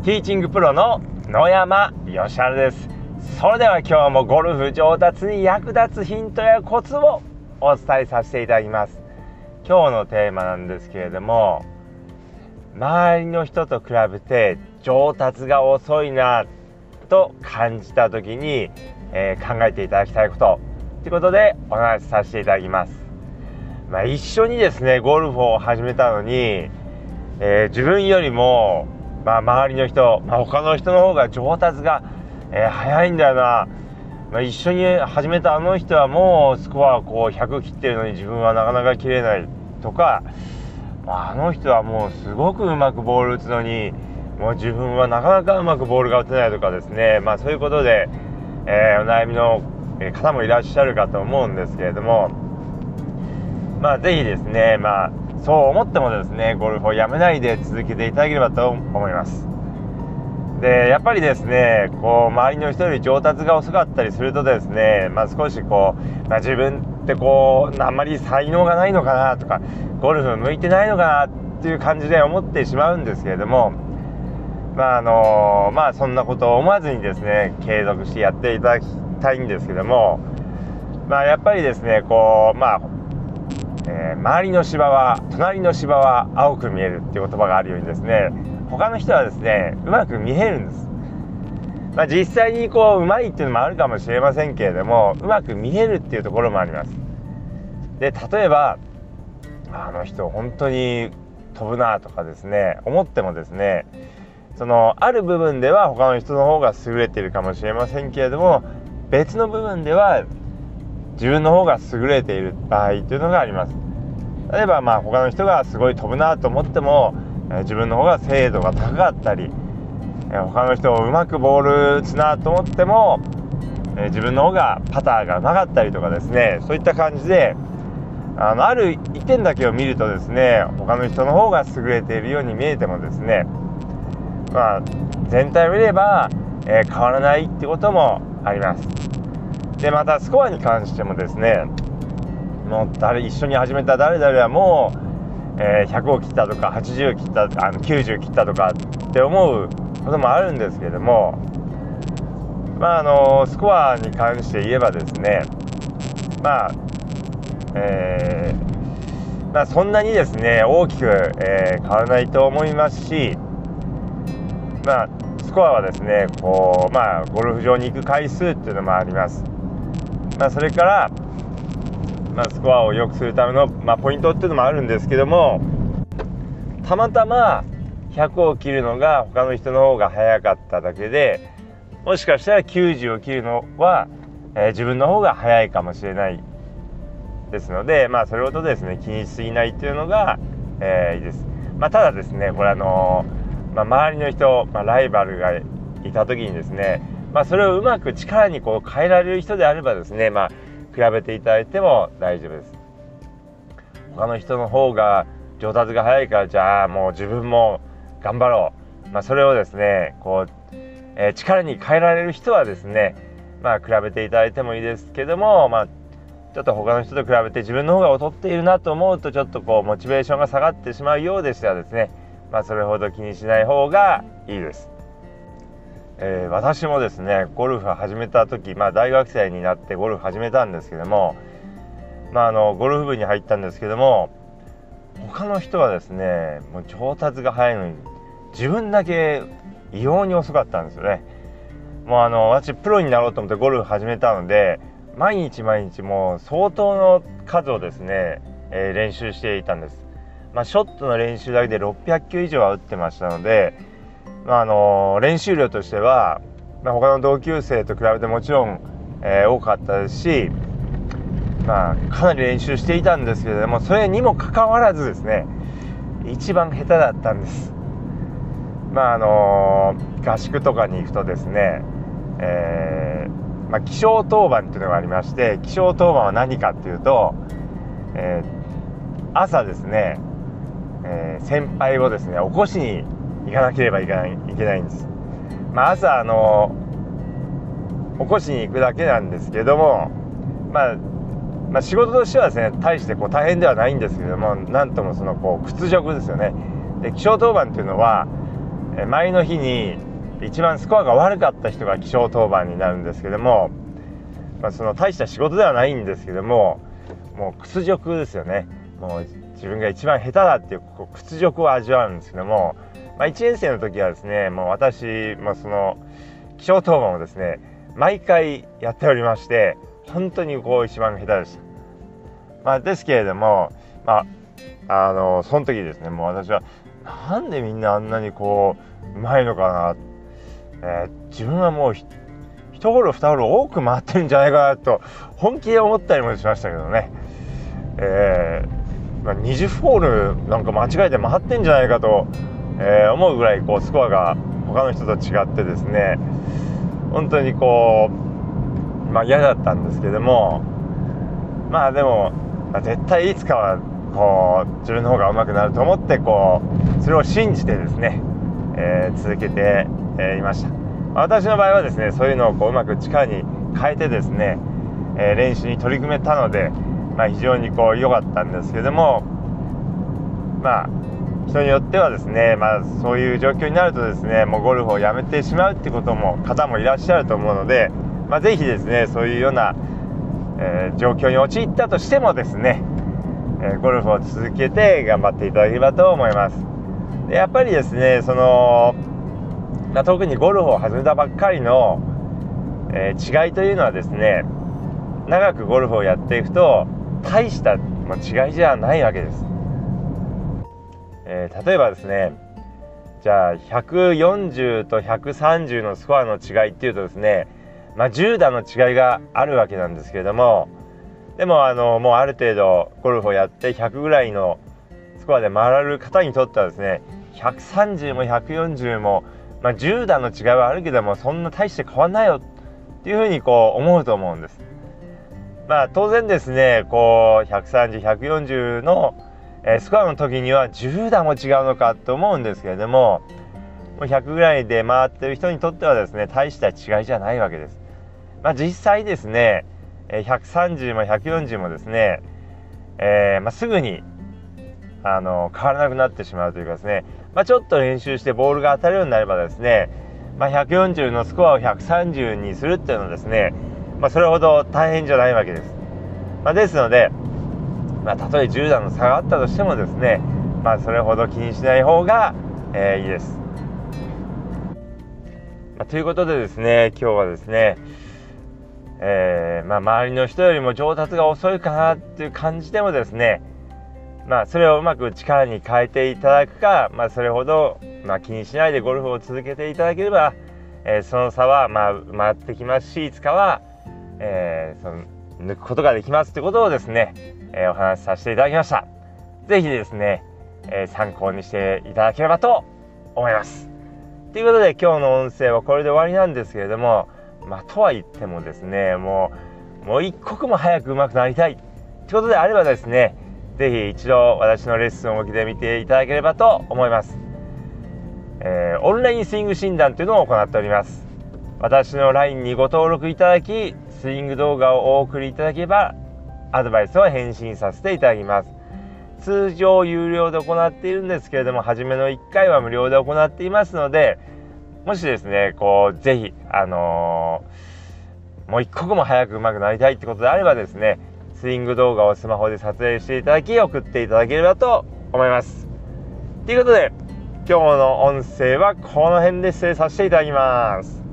ティーチングプロの野山義晴です。それでは今日もゴルフ上達に役立つヒントやコツをお伝えさせていただきます。今日のテーマなんですけれども、周りの人と比べて上達が遅いなと感じた時に、考えていただきたいことということでお話しさせていただきます。一緒にですねゴルフを始めたのに、自分よりも周りの人、他の人の方が上達が、早いんだよな、一緒に始めたあの人はもうスコアを100切ってるのに自分はなかなか切れないとか、あの人はもうすごくうまくボール打つのにもう自分はなかなかうまくボールが打てないとかですね、そういうことで、お悩みの方もいらっしゃるかと思うんですけれども、ぜひですねそう思ってもですねゴルフをやめないで続けていただければと思います。でやっぱりですね周りの人より上達が遅かったりするとですね、少し自分ってあんまり才能がないのかなとかゴルフ向いてないのかなっていう感じで思ってしまうんですけれども、そんなことを思わずにですね継続してやっていただきたいんですけども、やっぱりですね周りの芝は隣の芝は青く見えるっていう言葉があるようにですね、他の人はですねうまく見えるんです。実際にうまいっていうのもあるかもしれませんけれども、うまく見えるっていうところもあります。で例えばあの人本当に飛ぶなとかですね思ってもですね、ある部分では他の人の方が優れているかもしれませんけれども、別の部分では自分の方が優れている場合というのがあります。例えば他の人がすごい飛ぶなと思っても、自分の方が精度が高かったり、他の人をうまくボール打つなと思っても、自分の方がパターがうまかったりとかですね、そういった感じである一点だけを見るとですね他の人の方が優れているように見えてもですね、全体を見れば、変わらないってこともあります。でまたスコアに関してもですね、もう一緒に始めた誰々はもう、100を切ったとか80切った90切ったとかって思うこともあるんですけれども、スコアに関して言えばですねそんなにですね大きく、変わらないと思いますし、スコアはですねゴルフ場に行く回数っていうのもあります。それから、スコアを良くするための、ポイントっていうのもあるんですけども、たまたま100を切るのが他の人の方が早かっただけで、もしかしたら90を切るのは、自分の方が早いかもしれないですので、それほどですね気にしすぎないっていうのが、いいです。ただですねこれ周りの人、ライバルがいた時にですね、それをうまく力に変えられる人であればですね、比べていただいても大丈夫です。他の人の方が上達が早いからじゃあもう自分も頑張ろう、それをですね力に変えられる人はですね比べていただいてもいいですけども、ちょっと他の人と比べて自分の方が劣っているなと思うとちょっとモチベーションが下がってしまうようでしたらですね、それほど気にしない方がいいです。私もですねゴルフを始めた時、大学生になってゴルフ始めたんですけども、ゴルフ部に入ったんですけども、他の人はですねもう上達が早いのに自分だけ異様に遅かったんですよね。もう私プロになろうと思ってゴルフ始めたので、毎日もう相当の数をですね、練習していたんです。ショットの練習だけで600球以上は打ってましたので、練習量としては、他の同級生と比べてもちろん、多かったですし、かなり練習していたんですけれども、それにもかかわらずですね一番下手だったんです。合宿とかに行くとですね、気象当番っていうのがありまして、気象当番は何かっていうと、朝ですね、先輩をですね起こしに行かなければいけないんです。朝起こしに行くだけなんですけども、仕事としてはですね大して大変ではないんですけども、なんとも屈辱ですよね。で気象当番っていうのは前の日に一番スコアが悪かった人が起床当番になるんですけども、その大した仕事ではないんですけども、もう屈辱ですよね。もう自分が一番下手だっていう屈辱を味わうんですけども、1年生の時はですね、もう私もその起床当番をですね毎回やっておりまして、本当に一番下手でした。ですけれども、その時ですね、もう私はなんでみんなあんなにうまいのかな、自分はもう1ホール2ホール多く回ってるんじゃないかなと本気で思ったりもしましたけどね、20ホールなんか間違えて回ってんじゃないかと、思うぐらいスコアが他の人と違ってですね、本当に嫌だったんですけども、でも、絶対いつかは自分の方が上手くなると思ってそれを信じてですね、続けて、いました。私の場合はですね、そういうのをうまく力に変えてですね、練習に取り組めたので、非常に良かったんですけども、人によってはですね、そういう状況になるとですね、もうゴルフをやめてしまうってことも方もいらっしゃると思うので、ぜひですね、そういうような、状況に陥ったとしてもですね、ゴルフを続けて頑張っていただければと思います。でやっぱりですね、特にゴルフを始めたばっかりの、違いというのはですね、長くゴルフをやっていくと大した違いじゃないわけです。例えばですね、じゃあ140と130のスコアの違いっていうとですね、10打の違いがあるわけなんですけれども、でももうある程度ゴルフをやって100ぐらいのスコアで回られる方にとってはですね、130も140も、10打の違いはあるけどもそんな大して変わんないよっていうふうに思うと思うんです。当然ですね、130、140のスコアの時には10打も違うのかと思うんですけれども、100ぐらいで回ってる人にとってはですね、大した違いじゃないわけです。実際ですね、130も140もですね、すぐに変わらなくなってしまうというかですね、ちょっと練習してボールが当たるようになればですね、140のスコアを130にするっていうのはですね、それほど大変じゃないわけです。ですので、たとえ10打の差があったとしてもですね、それほど気にしない方が、いいです。ということでですね、今日はですね、周りの人よりも上達が遅いかなっていう感じでもですね、それをうまく力に変えていただくか、それほど、気にしないでゴルフを続けていただければ、その差は埋まってきますし、いつかは、抜くことができますということをですね、お話しさせていただきました。ぜひですね、参考にしていただければと思います。ということで今日の音声はこれで終わりなんですけれども、とは言ってもですね、もう一刻も早く上手くなりたいということであればですね、ぜひ一度私のレッスンを受けてみていただければと思います。オンラインスイング診断というのを行っております。私の LINE にご登録いただき、スイング動画をお送りいただければアドバイスを返信させていただきます。通常有料で行っているんですけれども、初めの1回は無料で行っていますので、もしですねぜひもう一刻も早く上手くなりたいってことであればですね、スイング動画をスマホで撮影していただき送っていただければと思います。ということで今日の音声はこの辺で失礼させていただきます。